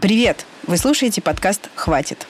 Привет! Вы слушаете подкаст «Хватит».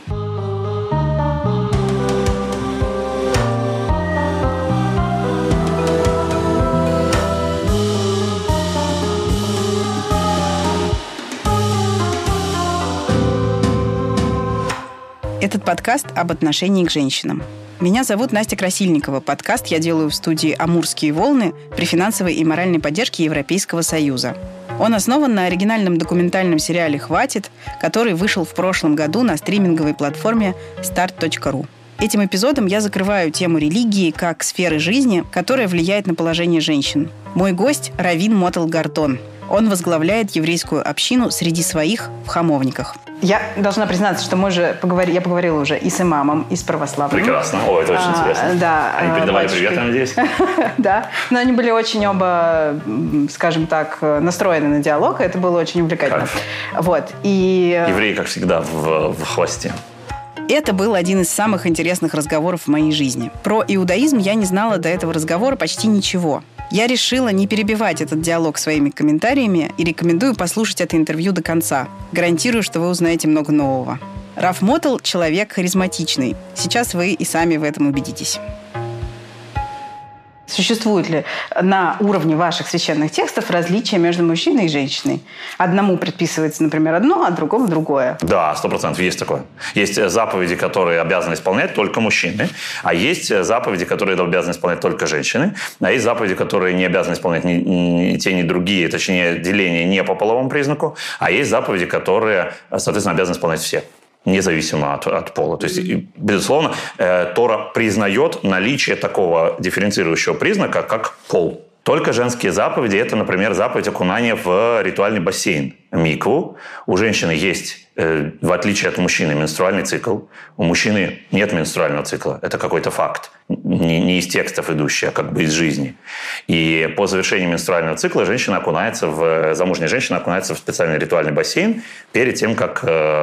Этот подкаст об отношении к женщинам. Меня зовут Настя Красильникова. Подкаст я делаю в студии «Амурские волны» при финансовой и моральной поддержке Европейского Союза. Он основан на оригинальном документальном сериале «Хватит», который вышел в прошлом году на стриминговой платформе start.ru. Этим эпизодом я закрываю тему религии как сферы жизни, которая влияет на положение женщин. Мой гость – Равин Мотл Гордон. Он возглавляет еврейскую общину среди своих в Хамовниках. Я должна признаться, что я поговорила уже и с имамом, и с православным. Прекрасно. О, это очень интересно. Да. Они передавали привет, я надеюсь? Да. Но они были очень оба, скажем так, настроены на диалог, и это было очень увлекательно. Вот. Евреи, как всегда, в хвосте. Это был один из самых интересных разговоров в моей жизни. Про иудаизм я не знала до этого разговора почти ничего. Я решила не перебивать этот диалог своими комментариями и рекомендую послушать это интервью до конца. Гарантирую, что вы узнаете много нового. Рав Мотл – человек харизматичный. Сейчас вы и сами в этом убедитесь. Существует ли на уровне ваших священных текстов различия между мужчиной и женщиной? Одному предписывается, например, одно, а другому другое. Да, 100% есть такое. Есть заповеди, которые обязаны исполнять только мужчины, а есть заповеди, которые обязаны исполнять только женщины, а есть заповеди, которые не обязаны исполнять ни те, ни другие, точнее, деление не по половому признаку, а есть заповеди, которые, соответственно, обязаны исполнять все. Независимо от пола. То есть, безусловно, Тора признает наличие такого дифференцирующего признака, как пол. Только женские заповеди – это, например, заповедь окунания в ритуальный бассейн, микву. У женщины есть, в отличие от мужчины, менструальный цикл. У мужчины нет менструального цикла. Это какой-то факт. Не из текстов идущий, а как бы из жизни. И по завершении менструального цикла замужняя женщина окунается в специальный ритуальный бассейн перед тем, как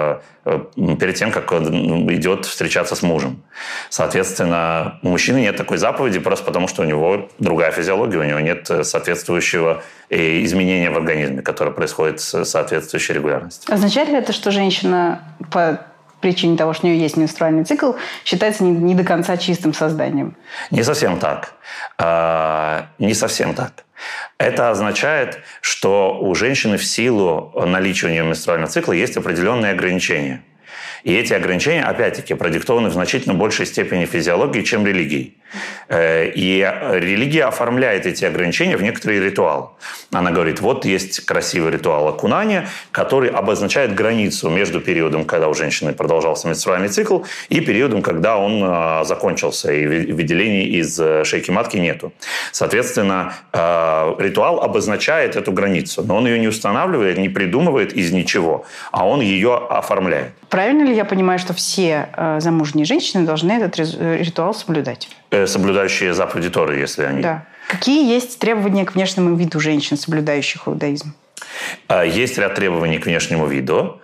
идет встречаться с мужем. Соответственно, у мужчины нет такой заповеди просто потому, что у него другая физиология, у него нет соответствующего изменения в организме, которое происходит с соответствующей регулярностью. Означает ли это, что женщина по причине того, что у нее есть менструальный цикл, считается не до конца чистым созданием? Не совсем так. Не совсем так. Это означает, что у женщины в силу наличия у нее менструального цикла есть определенные ограничения. И эти ограничения, опять-таки, продиктованы в значительно большей степени физиологией, чем религией. И религия оформляет эти ограничения в некоторые ритуалы. Она говорит, вот есть красивый ритуал окунания, который обозначает границу между периодом, когда у женщины продолжался менструальный цикл, и периодом, когда он закончился, и выделений из шейки матки нету. Соответственно, ритуал обозначает эту границу, но он ее не устанавливает, не придумывает из ничего, а он ее оформляет. Правильно ли я понимаю, что все замужние женщины должны этот ритуал соблюдать? Соблюдающие заповеди Торы, если они... Да. Какие есть требования к внешнему виду женщин, соблюдающих иудаизм? Есть ряд требований к внешнему виду.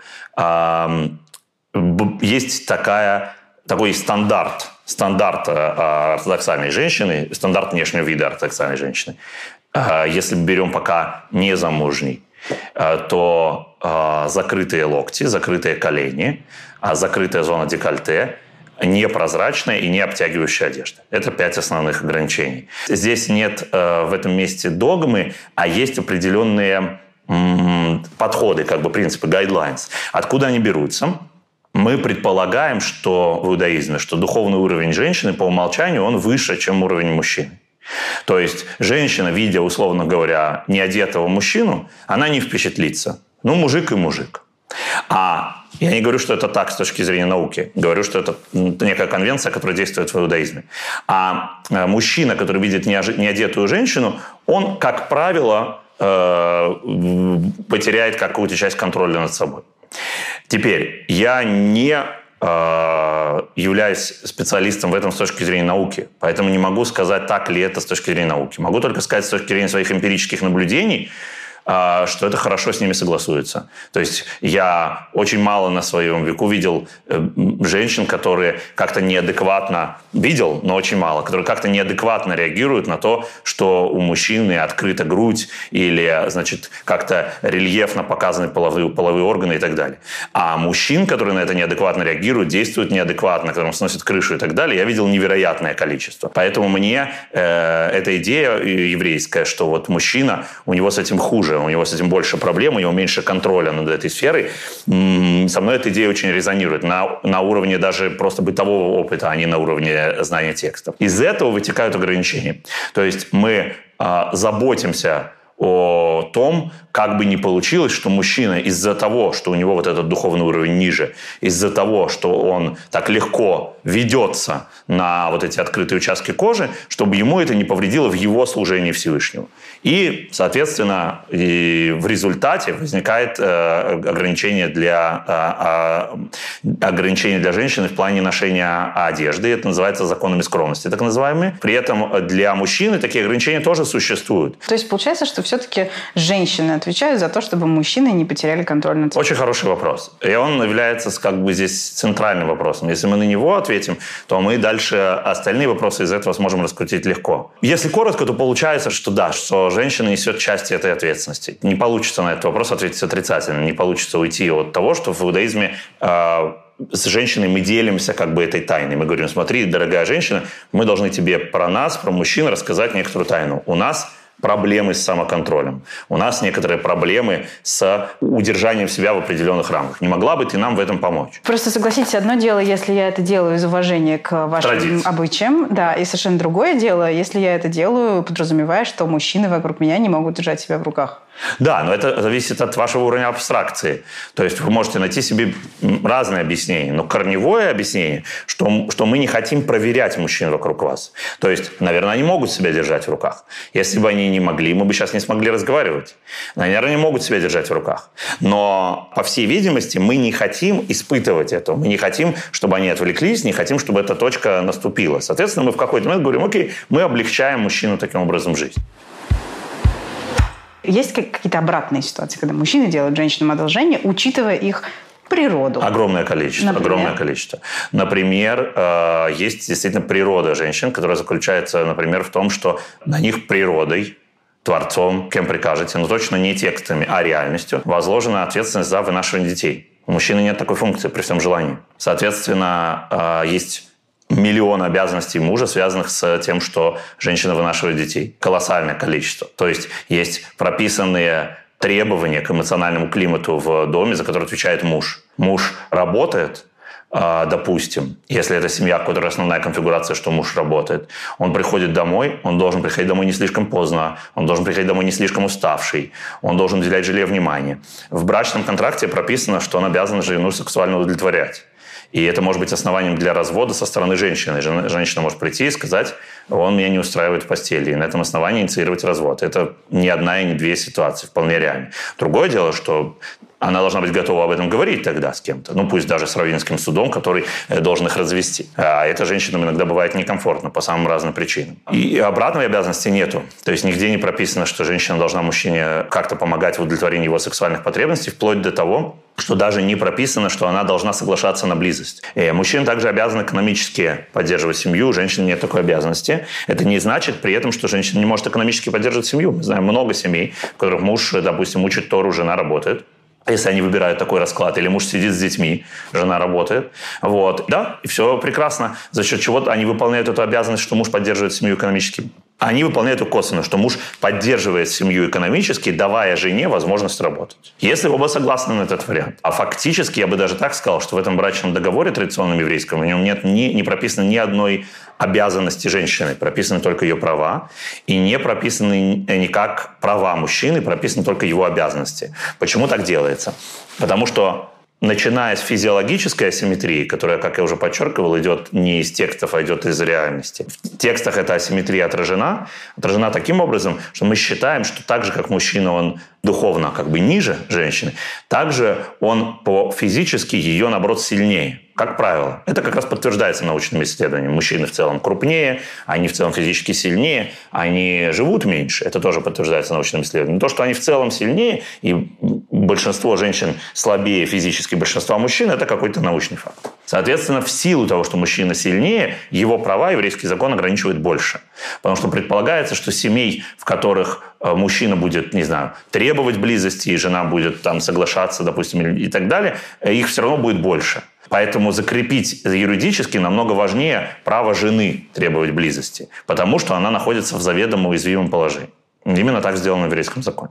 Есть такой стандарт ортодоксальной женщины, стандарт внешнего вида ортодоксальной женщины. Если мы берем пока не замужней, то закрытые локти, закрытые колени, закрытая зона декольте, непрозрачная и не обтягивающая одежда. Это 5 основных ограничений. Здесь нет в этом месте догмы, а есть определенные подходы, принципы, guidelines. Откуда они берутся? Мы предполагаем, что в иудаизме, что духовный уровень женщины по умолчанию он выше, чем уровень мужчины. То есть женщина, видя, условно говоря, неодетого мужчину, она не впечатлится. Мужик и мужик. А я не говорю, что это так с точки зрения науки. Говорю, что это некая конвенция, которая действует в иудаизме. А мужчина, который видит неодетую женщину, он, как правило, потеряет какую-то часть контроля над собой. Теперь, я не являюсь специалистом в этом с точки зрения науки, поэтому не могу сказать, так ли это с точки зрения науки. Могу только сказать с точки зрения своих эмпирических наблюдений, что это хорошо с ними согласуется. То есть я очень мало на своем веку видел женщин, которые как-то неадекватно, видел, но очень мало, которые как-то неадекватно реагируют на то, что у мужчины открыта грудь или, значит, как-то рельефно показаны половые органы и так далее. А мужчин, которые на это неадекватно реагируют, действуют неадекватно, которым сносят крышу и так далее, я видел невероятное количество. Поэтому мне эта идея еврейская, что вот мужчина, у него с этим хуже, у него с этим больше проблем, у него меньше контроля над этой сферой, со мной эта идея очень резонирует на уровне даже просто бытового опыта, а не на уровне знания текстов. Из этого вытекают ограничения. То есть мы заботимся о том, как бы ни получилось, что мужчина из-за того, что у него вот этот духовный уровень ниже, из-за того, что он так легко ведется на вот эти открытые участки кожи, чтобы ему это не повредило в его служении Всевышнему. И, соответственно, в результате возникает ограничение для женщины в плане ношения одежды. Это называется законами скромности, так называемые. При этом для мужчины такие ограничения тоже существуют. То есть получается, что все-таки женщины отвечают за то, чтобы мужчины не потеряли контроль над собой? Очень хороший вопрос. И он является как бы здесь центральным вопросом. Если мы на него ответим, то мы дальше остальные вопросы из этого сможем раскрутить легко. Если коротко, то получается, что да, что женщина несет часть этой ответственности. Не получится на этот вопрос ответить отрицательно. Не получится уйти от того, что в иудаизме с женщиной мы делимся как бы этой тайной. Мы говорим: смотри, дорогая женщина, мы должны тебе про нас, про мужчин рассказать некоторую тайну. У нас проблемы с самоконтролем. У нас некоторые проблемы с удержанием себя в определенных рамках. Не могла бы ты нам в этом помочь? Просто согласитесь, одно дело, если я это делаю из уважения к вашим обычаям, да, и совершенно другое дело, если я это делаю, подразумевая, что мужчины вокруг меня не могут держать себя в руках. Да, но это зависит от вашего уровня абстракции. То есть вы можете найти себе разные объяснения. Но корневое объяснение, что мы не хотим проверять мужчин вокруг вас. То есть, наверное, они могут себя держать в руках. Если бы они не могли, мы бы сейчас не смогли разговаривать. Наверное, они могут себя держать в руках. Но, по всей видимости, мы не хотим испытывать это. Мы не хотим, чтобы они отвлеклись, не хотим, чтобы эта точка наступила. Соответственно, мы в какой-то момент говорим: окей, мы облегчаем мужчину таким образом жизнь. Есть какие-то обратные ситуации, когда мужчины делают женщинам одолжение, учитывая их природу? Огромное количество. Например, есть действительно природа женщин, которая заключается, например, в том, что на них природой, Творцом, кем прикажете, но точно не текстами, а реальностью, возложена ответственность за вынашивание детей. У мужчины нет такой функции при всем желании. Соответственно, есть миллион обязанностей мужа, связанных с тем, что женщина вынашивает детей. Колоссальное количество. То есть есть прописанные требования к эмоциональному климату в доме, за которые отвечает муж. Муж работает, допустим, если это семья, в которой основная конфигурация, что муж работает, он приходит домой, он должен приходить домой не слишком поздно, он должен приходить домой не слишком уставший, он должен уделять жене внимание. В брачном контракте прописано, что он обязан жену сексуально удовлетворять. И это может быть основанием для развода со стороны женщины. Женщина может прийти и сказать: он меня не устраивает в постели. И на этом основании инициировать развод. Это не одна и не две ситуации, вполне реально. Другое дело, что она должна быть готова об этом говорить тогда с кем-то. Ну, пусть даже с раввинским судом, который должен их развести. А это женщинам иногда бывает некомфортно по самым разным причинам. И обратной обязанности нету. То есть нигде не прописано, что женщина должна мужчине как-то помогать в удовлетворении его сексуальных потребностей, вплоть до того, что даже не прописано, что она должна соглашаться на близость. И мужчина также обязан экономически поддерживать семью, у женщины нет такой обязанности. Это не значит при этом, что женщина не может экономически поддерживать семью. Мы знаем много семей, в которых муж, допустим, учит Тору, жена работает. Если они выбирают такой расклад, или муж сидит с детьми, жена работает. Вот. Да, и все прекрасно. За счет чего они выполняют эту обязанность, что муж поддерживает семью экономически. Они выполняют ее косвенно, что муж поддерживает семью экономически, давая жене возможность работать. Если оба согласны на этот вариант. А фактически, я бы даже так сказал, что в этом брачном договоре традиционном еврейском в нем нет не прописано ни одной обязанности женщины. Прописаны только ее права. И не прописаны никак права мужчины, прописаны только его обязанности. Почему так делается? Потому что начиная с физиологической асимметрии, которая, как я уже подчеркивал, идет не из текстов, а идет из реальности. В текстах эта асимметрия отражена таким образом, что мы считаем, что так же, как мужчина, он духовно как бы ниже женщины, также он физически ее, наоборот, сильнее. Как правило. Это как раз подтверждается научными исследованиями. Мужчины в целом крупнее, они в целом физически сильнее, они живут меньше. Это тоже подтверждается научными исследованиями. То, что они в целом сильнее, и большинство женщин слабее физически большинства мужчин, это какой-то научный факт. Соответственно, в силу того, что мужчина сильнее, его права еврейский закон ограничивает больше. Потому что предполагается, что семей, в которых мужчина будет, не знаю, требовать близости, и жена будет там соглашаться, допустим, и так далее, их все равно будет больше. Поэтому закрепить юридически намного важнее право жены требовать близости, потому что она находится в заведомо уязвимом положении. Именно так сделано в еврейском законе.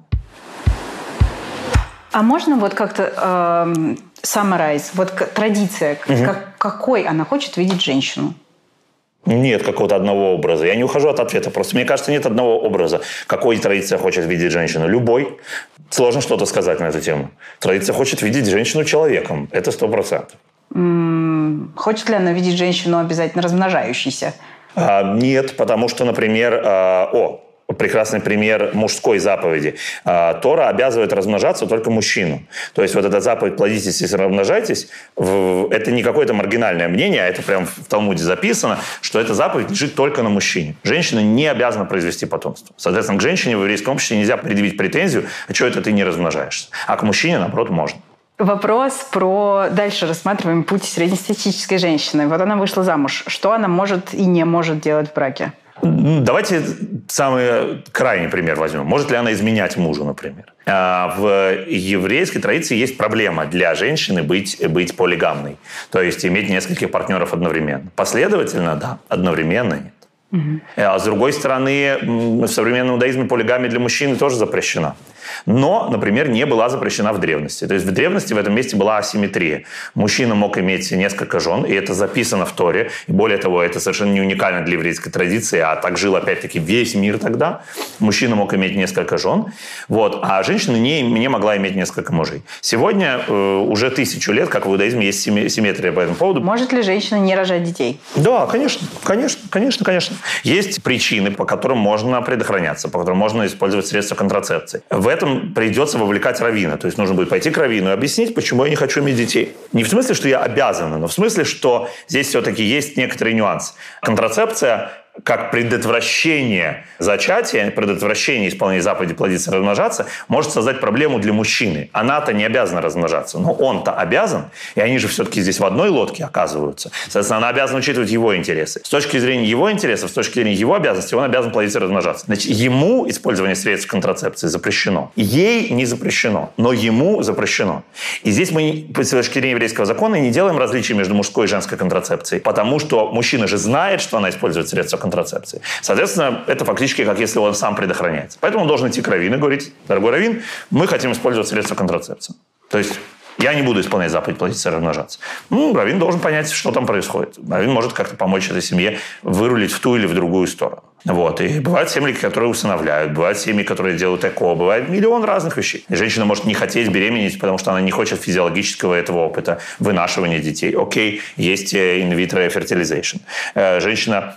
А можно вот как-то summarize, вот традиция, какой она хочет видеть женщину? Нет какого-то одного образа. Я не ухожу от ответа. Просто мне кажется, нет одного образа. Какой традиция хочет видеть женщину? Любой. Сложно что-то сказать на эту тему. Традиция хочет видеть женщину человеком. Это 100%. Хочет ли она видеть женщину обязательно размножающейся? Нет, потому что, например, прекрасный пример мужской заповеди. Тора обязывает размножаться только мужчину. То есть вот эта заповедь «плодитесь и размножайтесь» это не какое-то маргинальное мнение, а это прям в Талмуде записано, что эта заповедь лежит только на мужчине. Женщина не обязана произвести потомство. Соответственно, к женщине в еврейском обществе нельзя предъявить претензию, а что это ты не размножаешься. А к мужчине, наоборот, можно. Вопрос про... Дальше рассматриваем путь среднестатистической женщины. Вот она вышла замуж. Что она может и не может делать в браке? Давайте самый крайний пример возьмем. Может ли она изменять мужу, например? В еврейской традиции есть проблема для женщины быть полигамной. То есть иметь нескольких партнеров одновременно. Последовательно, да. Одновременно нет. А с другой стороны, в современном иудаизме полигамия для мужчины тоже запрещена. Но, например, не была запрещена в древности. То есть в древности в этом месте была асимметрия. Мужчина мог иметь несколько жен, и это записано в Торе. И более того, это совершенно не уникально для еврейской традиции, а так жил опять-таки весь мир тогда. Мужчина мог иметь несколько жен, а женщина не могла иметь несколько мужей. Сегодня уже 1000 лет, как в иудаизме, есть симметрия по этому поводу. Может ли женщина не рожать детей? Да, конечно. Есть причины, по которым можно предохраняться, по которым можно использовать средства контрацепции. В этом придется вовлекать раввина. То есть нужно будет пойти к раввину и объяснить, почему я не хочу иметь детей. Не в смысле, что я обязана, но в смысле, что здесь все-таки есть некоторый нюанс. Контрацепция как предотвращение зачатия, предотвращение исполнения заповеди плодиться и размножаться, может создать проблему для мужчины. Она-то не обязана размножаться, но он-то обязан, и они же все-таки здесь в одной лодке оказываются. Соответственно, она обязана учитывать его интересы. С точки зрения его интересов, с точки зрения его обязанностей, он обязан плодиться и размножаться. Значит, ему использование средств контрацепции запрещено. Ей не запрещено, но ему запрещено. И здесь мы, с точки зрения еврейского закона, не делаем различия между мужской и женской контрацепцией, потому что мужчина же знает, что она использует средства контрацепции. Соответственно, это фактически как если он сам предохраняется. Поэтому он должен идти к раввину и говорить: дорогой раввин, мы хотим использовать средства контрацепции. То есть я не буду исполнять заповедь плодиться и размножаться. Раввин должен понять, что там происходит. Раввин может как-то помочь этой семье вырулить в ту или в другую сторону. И бывают семьи, которые усыновляют, бывают семьи, которые делают ЭКО, бывает миллион разных вещей. И женщина может не хотеть беременеть, потому что она не хочет физиологического этого опыта вынашивания детей. Окей, есть инвитро fertilization. Женщина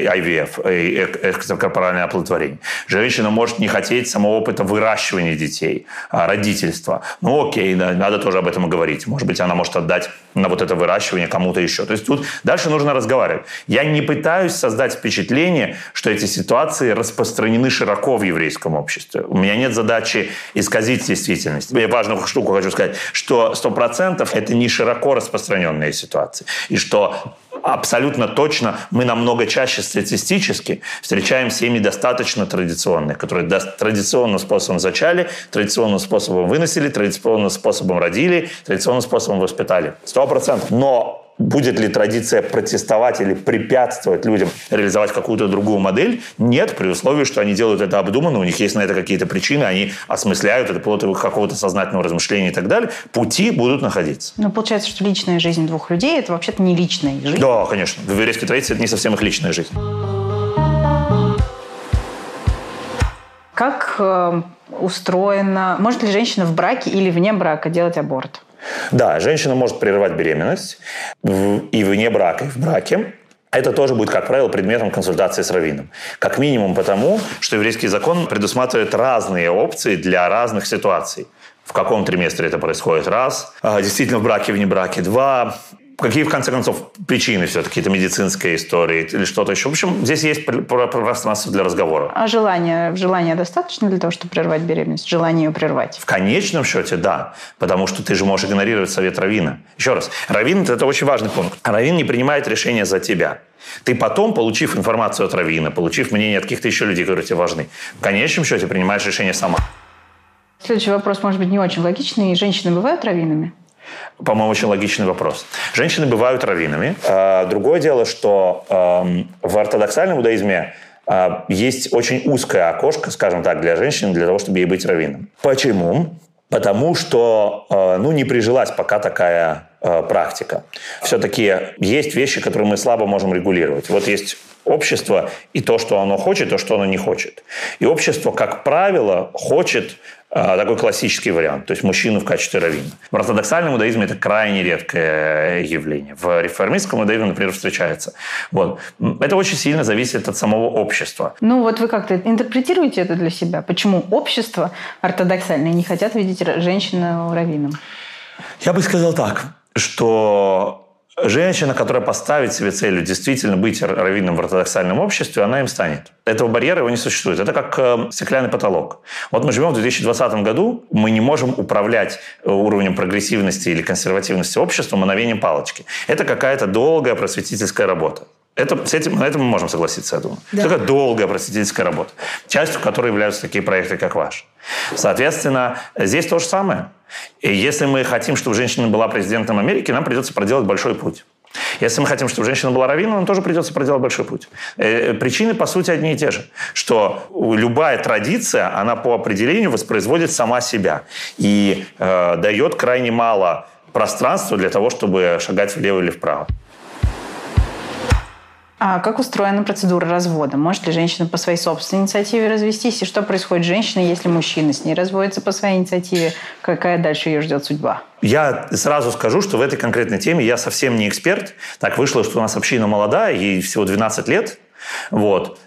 IVF, экстракорпоральное оплодотворение. Женщина может не хотеть самого опыта выращивания детей, родительства. Окей, надо тоже об этом говорить. Может быть, она может отдать на вот это выращивание кому-то еще. То есть тут дальше нужно разговаривать. Я не пытаюсь создать впечатление, что эти ситуации распространены широко в еврейском обществе. У меня нет задачи исказить действительность. Я важную штуку хочу сказать, что 100% это не широко распространенные ситуации. И что абсолютно точно мы намного чаще статистически встречаем семьи достаточно традиционные, которые традиционным способом зачали, традиционным способом выносили, традиционным способом родили, традиционным способом воспитали. 100%. Но будет ли традиция протестовать или препятствовать людям реализовать какую-то другую модель? Нет, при условии, что они делают это обдуманно, у них есть на это какие-то причины, они осмысляют это плод какого-то сознательного размышления и так далее. Пути будут находиться. Получается, что личная жизнь двух людей – это вообще-то не личная жизнь. Да, конечно. В еврейской традиции это не совсем их личная жизнь. Как устроена... Может ли женщина в браке или вне брака делать аборт? Да, женщина может прерывать беременность и вне брака, и в браке. это тоже будет, как правило, предметом консультации с раввином. Как минимум потому, что еврейский закон предусматривает разные опции для разных ситуаций. В каком триместре это происходит? Раз. Действительно в браке, в небраке? Два. Какие, в конце концов, причины все-таки? Это медицинская история или что-то еще? В общем, здесь есть пространство для разговора. А желания достаточно для того, чтобы прервать беременность? Желание ее прервать? В конечном счете, да. Потому что ты же можешь игнорировать совет раввина. Еще раз. Раввин – это очень важный пункт. Раввин не принимает решения за тебя. Ты потом, получив информацию от раввина, получив мнение от каких-то еще людей, которые тебе важны, в конечном счете принимаешь решение сама. Следующий вопрос, может быть, не очень логичный. Женщины бывают раввинами? По-моему, очень логичный вопрос. Женщины бывают раввинами. Другое дело, что в ортодоксальном иудаизме есть очень узкое окошко, скажем так, для женщин, для того, чтобы ей быть раввином. Почему? Потому что не прижилась пока такая практика. Все-таки есть вещи, которые мы слабо можем регулировать. Вот есть общество и то, что оно хочет, и то, что оно не хочет. И общество, как правило, хочет такой классический вариант, то есть мужчину в качестве раввина. В ортодоксальном иудаизме это крайне редкое явление. В реформистском иудаизме, например, встречается. Вот. Это очень сильно зависит от самого общества. Вот вы как-то интерпретируете это для себя? Почему общество ортодоксальное не хотят видеть женщину раввином? Я бы сказал так, что женщина, которая поставит себе целью действительно быть раввином в ортодоксальном обществе, она им станет. Этого барьера его не существует. Это как стеклянный потолок. Вот мы живем в 2020 году, мы не можем управлять уровнем прогрессивности или консервативности общества мановением палочки. Это какая-то долгая просветительская работа. На этом мы можем согласиться, я думаю. Да. Это такая долгая просветительская работа, частью которой являются такие проекты, как ваш. Соответственно, здесь то же самое. И если мы хотим, чтобы женщина была президентом Америки, нам придется проделать большой путь. Если мы хотим, чтобы женщина была раввином, нам тоже придется проделать большой путь. Причины, по сути, одни и те же. Что любая традиция, она по определению воспроизводит сама себя. И дает крайне мало пространства для того, чтобы шагать влево или вправо. А как устроена процедура развода? Может ли женщина по своей собственной инициативе развестись? И что происходит с женщиной, если мужчина с ней разводится по своей инициативе? Какая дальше ее ждет судьба? Я сразу скажу, что в этой конкретной теме я совсем не эксперт. Так вышло, что у нас община молодая, ей всего 12 лет. Вот.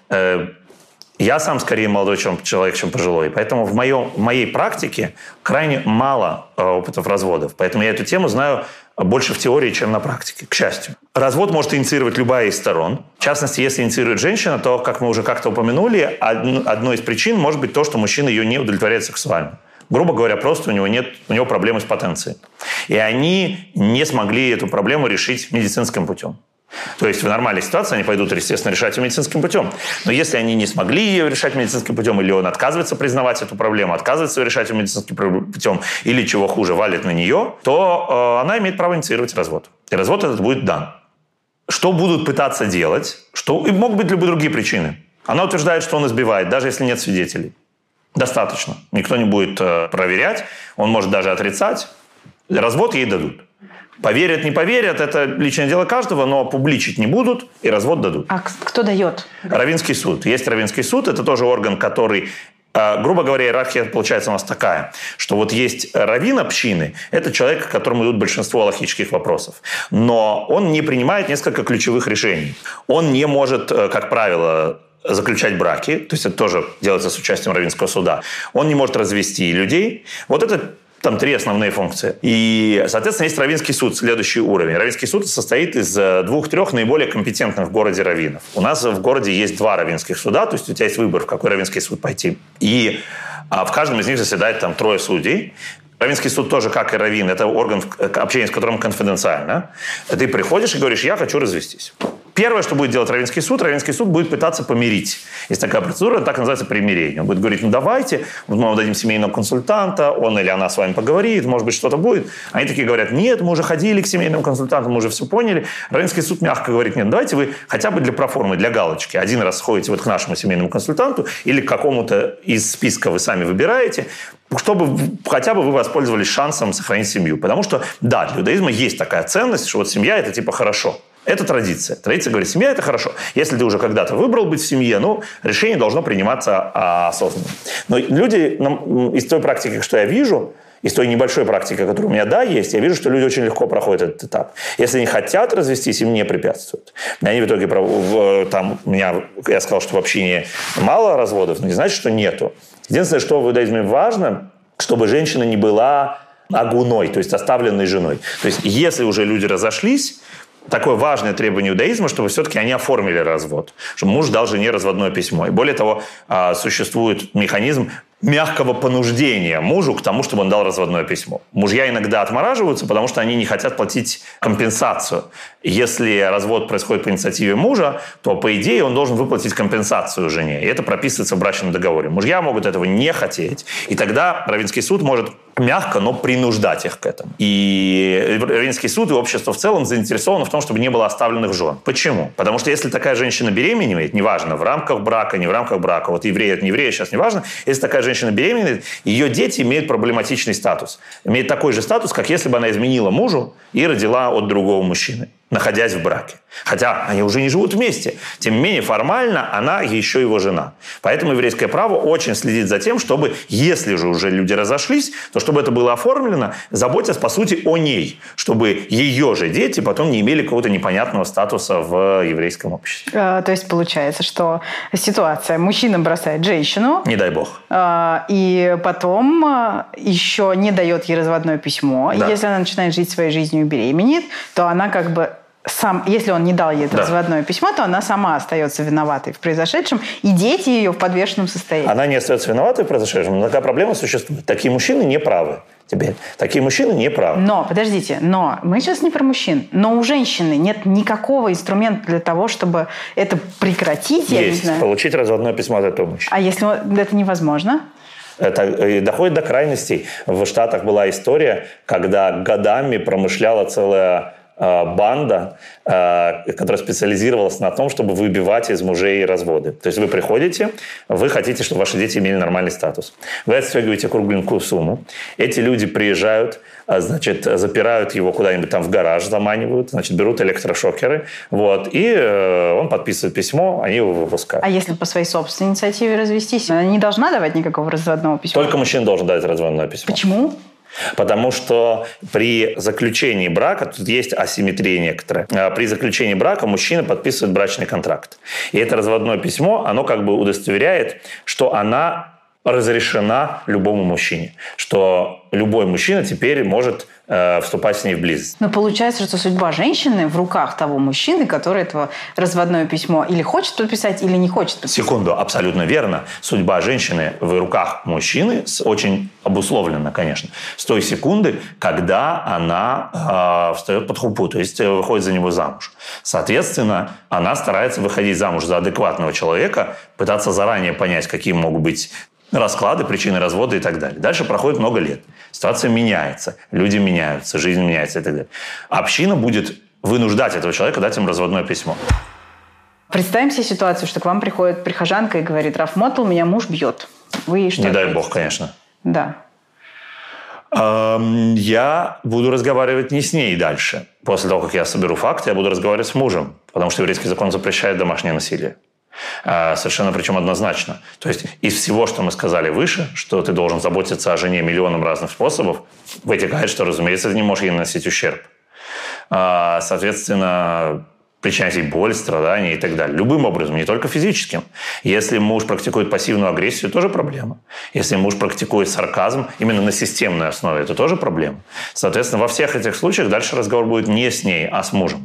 Я сам скорее молодой человек, чем пожилой. Поэтому в моей практике крайне мало опытов разводов. Поэтому я эту тему знаю больше в теории, чем на практике, к счастью. Развод может инициировать любая из сторон. В частности, если инициирует женщина, то, как мы уже как-то упомянули, одной из причин может быть то, что мужчина ее не удовлетворяет сексуально. Грубо говоря, просто у него проблемы с потенцией. И они не смогли эту проблему решить медицинским путем. То есть в нормальной ситуации они пойдут, естественно, решать ее медицинским путем. Но если они не смогли ее решать медицинским путем, или он отказывается признавать эту проблему, отказывается решать ее медицинским путем, или, чего хуже, валит на нее, то она имеет право инициировать развод. И развод этот будет дан. Что будут пытаться делать? И могут быть любые другие причины. Она утверждает, что он избивает, даже если нет свидетелей. Достаточно. Никто не будет проверять, он может даже отрицать. Развод ей дадут. Поверят, не поверят, это личное дело каждого, но публичить не будут и развод дадут. А кто дает? Раввинский суд. Есть Раввинский суд, это тоже орган, который, грубо говоря, иерархия получается у нас такая, что вот есть раввин общины, это человек, к которому идут большинство алахических вопросов, но он не принимает несколько ключевых решений. Он не может, как правило, заключать браки, то есть это тоже делается с участием Раввинского суда. Он не может развести людей. Вот это там 3 основные функции. И, соответственно, есть Раввинский суд, следующий уровень. Раввинский суд состоит из 2-3 наиболее компетентных в городе раввинов. У нас в городе есть 2 раввинских суда, то есть у тебя есть выбор, в какой Раввинский суд пойти. И в каждом из них заседает там 3 судей. Раввинский суд тоже, как и раввин, это орган, общение с которым конфиденциально. Ты приходишь и говоришь, я хочу развестись. Первое, что будет делать Раввинский суд будет пытаться помирить. Есть такая процедура, так называется примирение. Он будет говорить, давайте, мы вам дадим семейного консультанта, он или она с вами поговорит, может быть, что-то будет. Они такие говорят, нет, мы уже ходили к семейному консультанту, мы уже все поняли. Раввинский суд мягко говорит, нет, давайте вы хотя бы для проформы, для галочки один раз сходите вот к нашему семейному консультанту или к какому-то из списка вы сами выбираете, чтобы хотя бы вы воспользовались шансом сохранить семью. Потому что, да, для иудаизма есть такая ценность, что вот семья – это типа хорошо. Это традиция. Традиция говорит, семья – это хорошо. Если ты уже когда-то выбрал быть в семье, решение должно приниматься осознанно. Но люди из той практики, что я вижу, из той небольшой практики, которая у меня, есть, я вижу, что люди очень легко проходят этот этап. Если они хотят развестись, им не препятствуют. Они в итоге, я сказал, что в общине мало разводов, но не значит, что нету. Единственное, что в иудаизме важно, чтобы женщина не была агуной, то есть оставленной женой. То есть если уже люди разошлись, такое важное требование иудаизма, чтобы все-таки они оформили развод. Что муж дал жене разводное письмо. И более того, существует механизм мягкого понуждения мужу к тому, чтобы он дал разводное письмо. Мужья иногда отмораживаются, потому что они не хотят платить компенсацию. Если развод происходит по инициативе мужа, то, по идее, он должен выплатить компенсацию жене. И это прописывается в брачном договоре. Мужья могут этого не хотеть. И тогда Равинский суд может мягко, но принуждать их к этому. И Равинский суд и общество в целом заинтересовано в том, чтобы не было оставленных жен. Почему? Потому что если такая женщина беременеет, неважно, в рамках брака, не в рамках брака, вот еврей от нееврея, сейчас неважно, если такая женщина беременеет, ее дети имеют проблематичный статус. Имеют такой же статус, как если бы она изменила мужу и родила от другого мужчины, находясь в браке. Хотя они уже не живут вместе. Тем не менее, формально она еще его жена. Поэтому еврейское право очень следит за тем, чтобы, если же уже люди разошлись, то чтобы это было оформлено, заботясь, по сути, о ней. Чтобы ее же дети потом не имели какого-то непонятного статуса в еврейском обществе. То есть получается, что ситуация: мужчина бросает женщину. Не дай бог. И потом еще не дает ей разводное письмо. Да. И если она начинает жить своей жизнью и беременеет, то она как бы если он не дал ей это разводное письмо, то она сама остается виноватой в произошедшем, и дети ее в подвешенном состоянии. Она не остается виноватой в произошедшем, но такая проблема существует. Такие мужчины не правы. Такие мужчины не правы. Но, подождите, мы сейчас не про мужчин. Но у женщины нет никакого инструмента для того, чтобы это прекратить. Я не знаю. Получить разводное письмо от этого мужчины. А если это невозможно? Это доходит до крайностей. В Штатах была история, когда годами промышляла целая банда, которая специализировалась на том, чтобы выбивать из мужей разводы. То есть вы приходите, вы хотите, чтобы ваши дети имели нормальный статус. Вы отстегиваете кругленькую сумму. Эти люди приезжают, запирают его куда-нибудь там в гараж, заманивают, берут электрошокеры, и он подписывает письмо, они его выпускают. А если по своей собственной инициативе развестись, она не должна давать никакого разводного письма? Только мужчина должен дать разводное письмо. Почему? Потому что при заключении брака, тут есть асимметрия некоторая, при заключении брака мужчина подписывает брачный контракт. И это разводное письмо, оно как бы удостоверяет, что она разрешена любому мужчине. Что любой мужчина теперь может вступать с ней в близость. Но получается, что судьба женщины в руках того мужчины, который это разводное письмо или хочет подписать, или не хочет подписать. Секунду, абсолютно верно. Судьба женщины в руках мужчины очень обусловлена, конечно, с той секунды, когда она встает под хупу, то есть выходит за него замуж. Соответственно, она старается выходить замуж за адекватного человека, пытаться заранее понять, какие могут быть расклады, причины развода и так далее. Дальше проходит много лет. Ситуация меняется, люди меняются, жизнь меняется и так далее. Община будет вынуждать этого человека дать им разводное письмо. Представим себе ситуацию, что к вам приходит прихожанка и говорит: Рав Мотл, меня муж бьет. Вы ей что? Не дай бог, конечно. Да. Я буду разговаривать не с ней дальше. После того, как я соберу факты, я буду разговаривать с мужем, потому что еврейский закон запрещает домашнее насилие. Совершенно причем однозначно. То есть из всего, что мы сказали выше, что ты должен заботиться о жене миллионом разных способов, вытекает, что, разумеется, ты не можешь ей наносить ущерб. Соответственно, причинять ей боль, страдания и так далее. Любым образом, не только физическим. Если муж практикует пассивную агрессию, тоже проблема. Если муж практикует сарказм именно на системной основе, это тоже проблема. Соответственно, во всех этих случаях дальше разговор будет не с ней, а с мужем.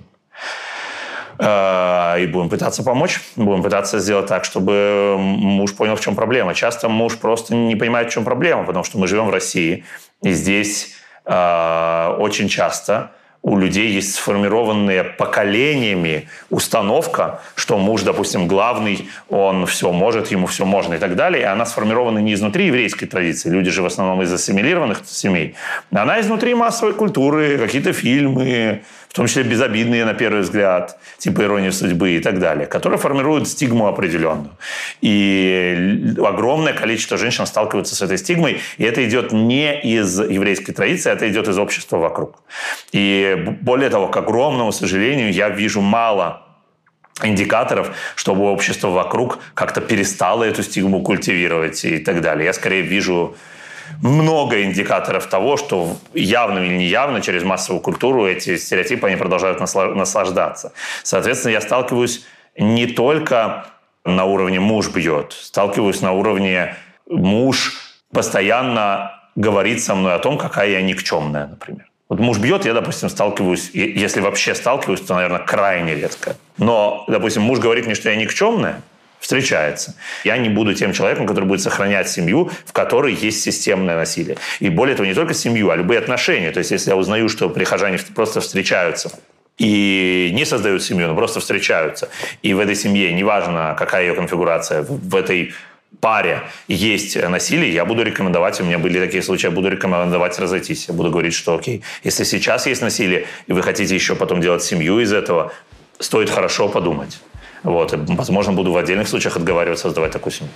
И будем пытаться помочь, будем пытаться сделать так, чтобы муж понял, в чем проблема. Часто муж просто не понимает, в чем проблема, потому что мы живем в России, и здесь очень часто у людей есть сформированная поколениями установка, что муж, допустим, главный, он все может, ему все можно и так далее. И она сформирована не изнутри еврейской традиции. Люди же в основном из ассимилированных семей. Она изнутри массовой культуры, какие-то фильмы, в том числе безобидные на первый взгляд, типа «Ирония судьбы» и так далее, которые формируют стигму определенную. И огромное количество женщин сталкиваются с этой стигмой, и это идет не из еврейской традиции, это идет из общества вокруг. И более того, к огромному сожалению, я вижу мало индикаторов, чтобы общество вокруг как-то перестало эту стигму культивировать и так далее. Я скорее вижу много индикаторов того, что явно или неявно через массовую культуру эти стереотипы, они продолжают наслаждаться. Соответственно, я сталкиваюсь не только на уровне «муж бьет», сталкиваюсь на уровне «муж постоянно говорит со мной о том, какая я никчемная», например. Вот муж бьет, я, допустим, сталкиваюсь, если вообще сталкиваюсь, то, наверное, крайне редко. Но, допустим, муж говорит мне, что я никчемная, встречается. Я не буду тем человеком, который будет сохранять семью, в которой есть системное насилие. И более того, не только семью, а любые отношения. То есть, если я узнаю, что прихожане просто встречаются и не создают семью, но просто встречаются, и в этой семье, неважно, какая ее конфигурация, в этой паре есть насилие, я буду рекомендовать, у меня были такие случаи, я буду рекомендовать разойтись. Я буду говорить, что окей, если сейчас есть насилие, и вы хотите еще потом делать семью из этого, стоит хорошо подумать. Вот. И, возможно, буду в отдельных случаях отговаривать создавать такую семью.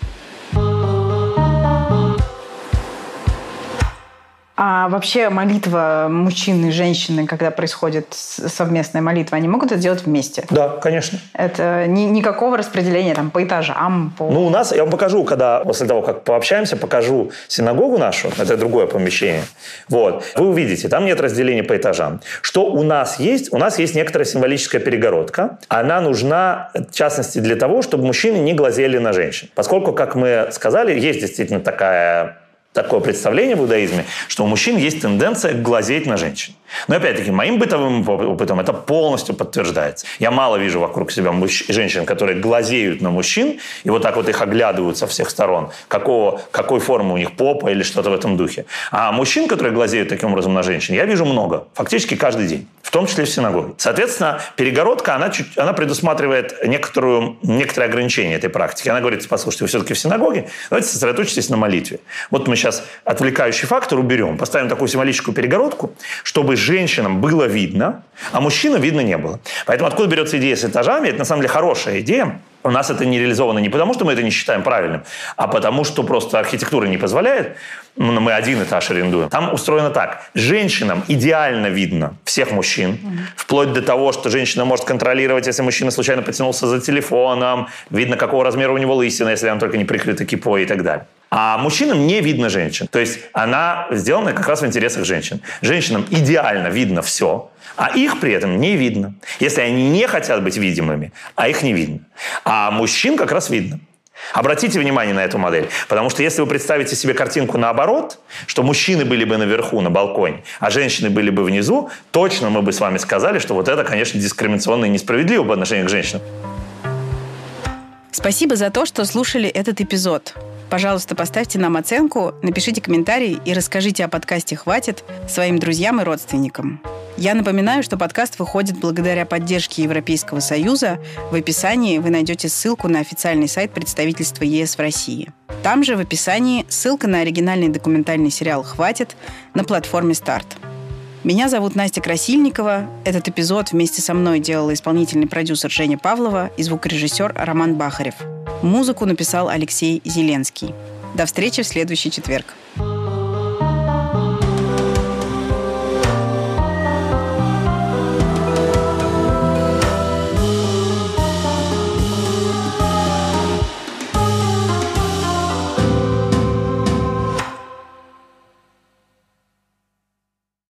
А вообще молитва мужчины и женщины, когда происходит совместная молитва, они могут это делать вместе? Да, конечно. Это никакого распределения там, по этажам? Ну, у нас, я вам покажу, когда после того, как пообщаемся, покажу синагогу нашу, это другое помещение. Вот. Вы увидите, там нет разделения по этажам. Что у нас есть? У нас есть некоторая символическая перегородка. Она нужна, в частности, для того, чтобы мужчины не глазели на женщин. Поскольку, как мы сказали, есть действительно такое представление в иудаизме, что у мужчин есть тенденция глазеть на женщин. Но, опять-таки, моим бытовым опытом это полностью подтверждается. Я мало вижу вокруг себя женщин, которые глазеют на мужчин, и вот так вот их оглядывают со всех сторон, какой формы у них попа или что-то в этом духе. А мужчин, которые глазеют таким образом на женщин, я вижу много, фактически каждый день, в том числе в синагоге. Соответственно, перегородка, она предусматривает некоторые ограничения этой практики. Она говорит, послушайте, вы все-таки в синагоге, давайте сосредоточьтесь на молитве. Вот мы сейчас отвлекающий фактор уберем, поставим такую символическую перегородку, чтобы женщинам было видно, а мужчинам видно не было. Поэтому откуда берется идея с этажами? Это на самом деле хорошая идея. У нас это не реализовано не потому, что мы это не считаем правильным, а потому, что просто архитектура не позволяет. Мы один этаж арендуем. Там устроено так. Женщинам идеально видно всех мужчин. Вплоть до того, что женщина может контролировать, если мужчина случайно потянулся за телефоном. Видно, какого размера у него лысина, если она только не прикрыта кипой и так далее. А мужчинам не видно женщин. То есть она сделана как раз в интересах женщин. Женщинам идеально видно все, а их при этом не видно. Если они не хотят быть видимыми, а их не видно. А мужчин как раз видно. Обратите внимание на эту модель. Потому что если вы представите себе картинку наоборот, что мужчины были бы наверху, на балконе, а женщины были бы внизу, точно мы бы с вами сказали, что вот это, конечно, дискриминационно и несправедливо по отношению к женщинам. Спасибо за то, что слушали этот эпизод. Пожалуйста, поставьте нам оценку, напишите комментарий и расскажите о подкасте «Хватит» своим друзьям и родственникам. Я напоминаю, что подкаст выходит благодаря поддержке Европейского Союза. В описании вы найдете ссылку на официальный сайт представительства ЕС в России. Там же в описании ссылка на оригинальный документальный сериал «Хватит» на платформе «Старт». Меня зовут Настя Красильникова. Этот эпизод вместе со мной делала исполнительный продюсер Женя Павлова и звукорежиссер Роман Бахарев. Музыку написал Алексей Зеленский. До встречи в следующий четверг.